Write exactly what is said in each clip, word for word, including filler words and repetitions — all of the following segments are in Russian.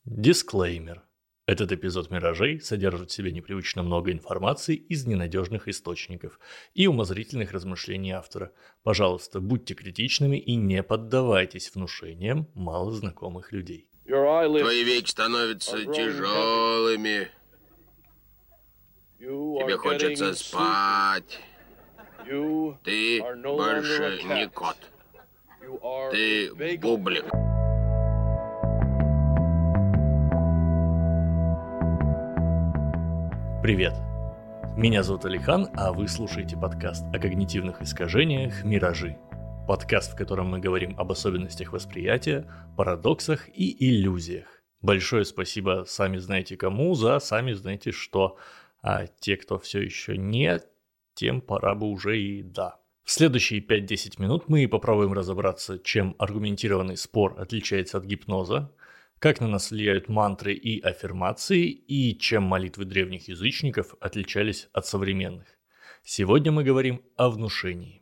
Дисклеймер. Этот эпизод «Миражей» содержит в себе непривычно много информации из ненадежных источников и умозрительных размышлений автора. Пожалуйста, будьте критичными и не поддавайтесь внушениям малознакомых людей. Твои веки становятся тяжелыми. Тебе хочется спать. Ты больше не кот. Ты бублик. Привет! Меня зовут Алихан, а вы слушаете подкаст о когнитивных искажениях «Миражи». Подкаст, в котором мы говорим об особенностях восприятия, парадоксах и иллюзиях. Большое спасибо сами знаете кому за сами знаете что. А те, кто все еще не, тем пора бы уже и да. В следующие пять-десять минут мы попробуем разобраться, чем аргументированный спор отличается от гипноза, как на нас влияют мантры и аффирмации, и чем молитвы древних язычников отличались от современных. Сегодня мы говорим о внушении.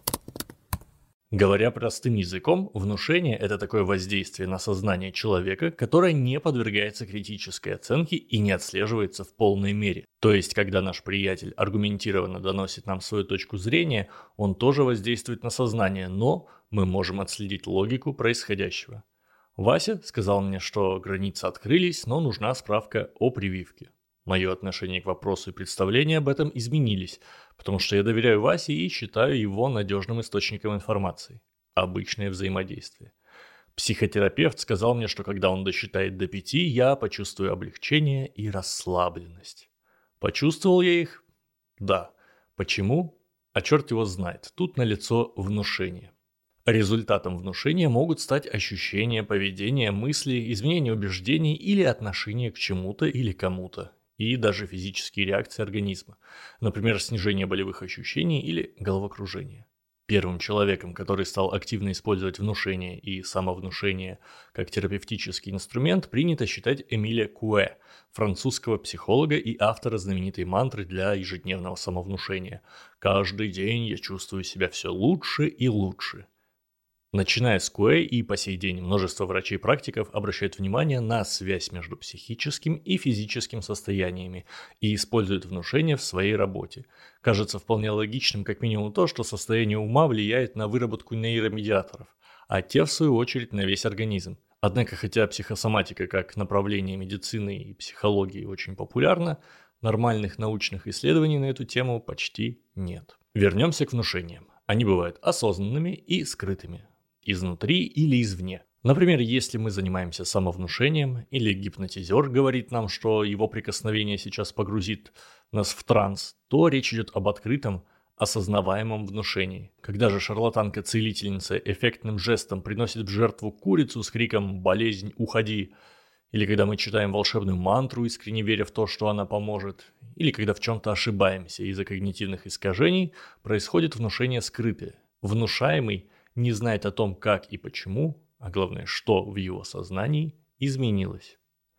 Говоря простым языком, внушение – это такое воздействие на сознание человека, которое не подвергается критической оценке и не отслеживается в полной мере. То есть, когда наш приятель аргументированно доносит нам свою точку зрения, он тоже воздействует на сознание, но мы можем отследить логику происходящего. Вася сказал мне, что границы открылись, но нужна справка о прививке. Мое отношение к вопросу и представления об этом изменились, потому что я доверяю Васе и считаю его надежным источником информации. Обычное взаимодействие. Психотерапевт сказал мне, что когда он досчитает до пяти, я почувствую облегчение и расслабленность. Почувствовал я их? Да. Почему? А черт его знает. Тут налицо внушение. Результатом внушения могут стать ощущения, поведение, мысли, изменение убеждений или отношение к чему-то или кому-то, и даже физические реакции организма, например, снижение болевых ощущений или головокружение. Первым человеком, который стал активно использовать внушение и самовнушение как терапевтический инструмент, принято считать Эмиля Куэ, французского психолога и автора знаменитой мантры для ежедневного самовнушения «Каждый день я чувствую себя все лучше и лучше». Начиная с Куэ и по сей день множество врачей-практиков обращают внимание на связь между психическим и физическим состояниями и используют внушение в своей работе. Кажется вполне логичным как минимум то, что состояние ума влияет на выработку нейромедиаторов, а те в свою очередь на весь организм. Однако, хотя психосоматика как направление медицины и психологии очень популярна, нормальных научных исследований на эту тему почти нет. Вернемся к внушениям. Они бывают осознанными и скрытыми. Изнутри или извне. Например, если мы занимаемся самовнушением, или гипнотизер говорит нам, что его прикосновение сейчас погрузит нас в транс, то речь идет об открытом, осознаваемом внушении. Когда же шарлатанка-целительница эффектным жестом приносит в жертву курицу с криком «Болезнь, уходи!», или когда мы читаем волшебную мантру, искренне веря в то, что она поможет, или когда в чем-то ошибаемся из-за когнитивных искажений, происходит внушение скрытое. Внушаемый не знает о том, как и почему, а главное, что в его сознании изменилось.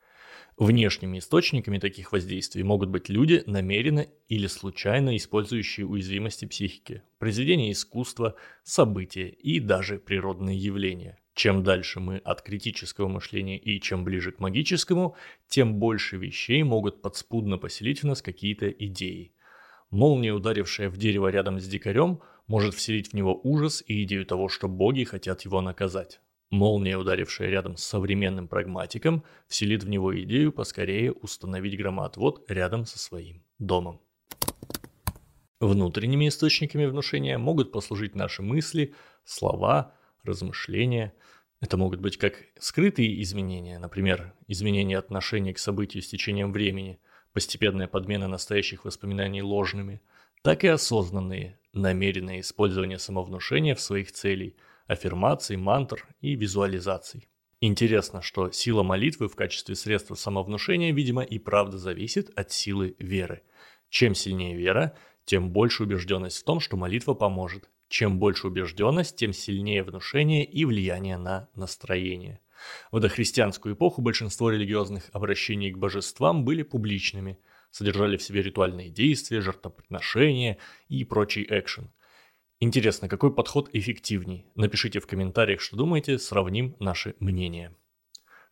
Внешними источниками таких воздействий могут быть люди, намеренно или случайно использующие уязвимости психики, произведения искусства, события и даже природные явления. Чем дальше мы от критического мышления и чем ближе к магическому, тем больше вещей могут подспудно поселить в нас какие-то идеи. Молния, ударившая в дерево рядом с дикарем, может вселить в него ужас и идею того, что боги хотят его наказать. Молния, ударившая рядом с современным прагматиком, вселит в него идею поскорее установить громоотвод рядом со своим домом. Внутренними источниками внушения могут послужить наши мысли, слова, размышления. Это могут быть как скрытые изменения, например, изменение отношения к событию с течением времени, постепенная подмена настоящих воспоминаний ложными, так и осознанные, намеренное использование самовнушения в своих целей, аффирмаций, мантр и визуализаций. Интересно, что сила молитвы в качестве средства самовнушения, видимо, и правда зависит от силы веры. Чем сильнее вера, тем больше убежденность в том, что молитва поможет. Чем больше убежденность, тем сильнее внушение и влияние на настроение. В дохристианскую эпоху большинство религиозных обращений к божествам были публичными, содержали в себе ритуальные действия, жертвоприношения и прочий экшен. Интересно, какой подход эффективней? Напишите в комментариях, что думаете, сравним наши мнения.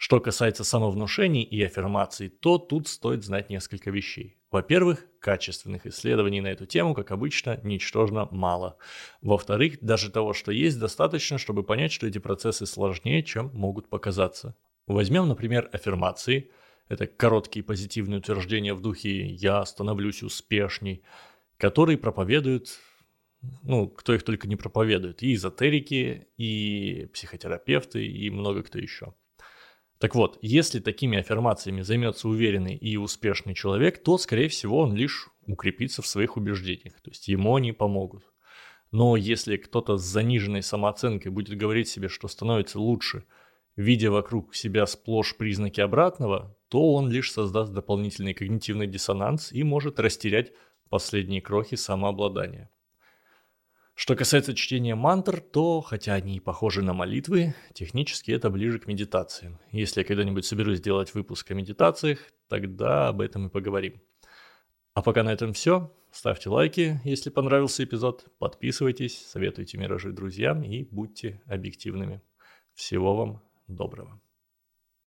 Что касается самовнушений и аффирмаций, то тут стоит знать несколько вещей. Во-первых, качественных исследований на эту тему, как обычно, ничтожно мало. Во-вторых, даже того, что есть, достаточно, чтобы понять, что эти процессы сложнее, чем могут показаться. Возьмем, например, аффирмации. Это короткие позитивные утверждения в духе «я становлюсь успешней», которые проповедуют, ну, кто их только не проповедует, и эзотерики, и психотерапевты, и много кто еще. Так вот, если такими аффирмациями займется уверенный и успешный человек, то, скорее всего, он лишь укрепится в своих убеждениях, то есть ему они помогут. Но если кто-то с заниженной самооценкой будет говорить себе, что становится лучше, видя вокруг себя сплошь признаки обратного, то он лишь создаст дополнительный когнитивный диссонанс и может растерять последние крохи самообладания. Что касается чтения мантр, то, хотя они и похожи на молитвы, технически это ближе к медитациям. Если я когда-нибудь соберусь сделать выпуск о медитациях, тогда об этом и поговорим. А пока на этом все. Ставьте лайки, если понравился эпизод, подписывайтесь, советуйте «Миражи» друзьям и будьте объективными. Всего вам доброго.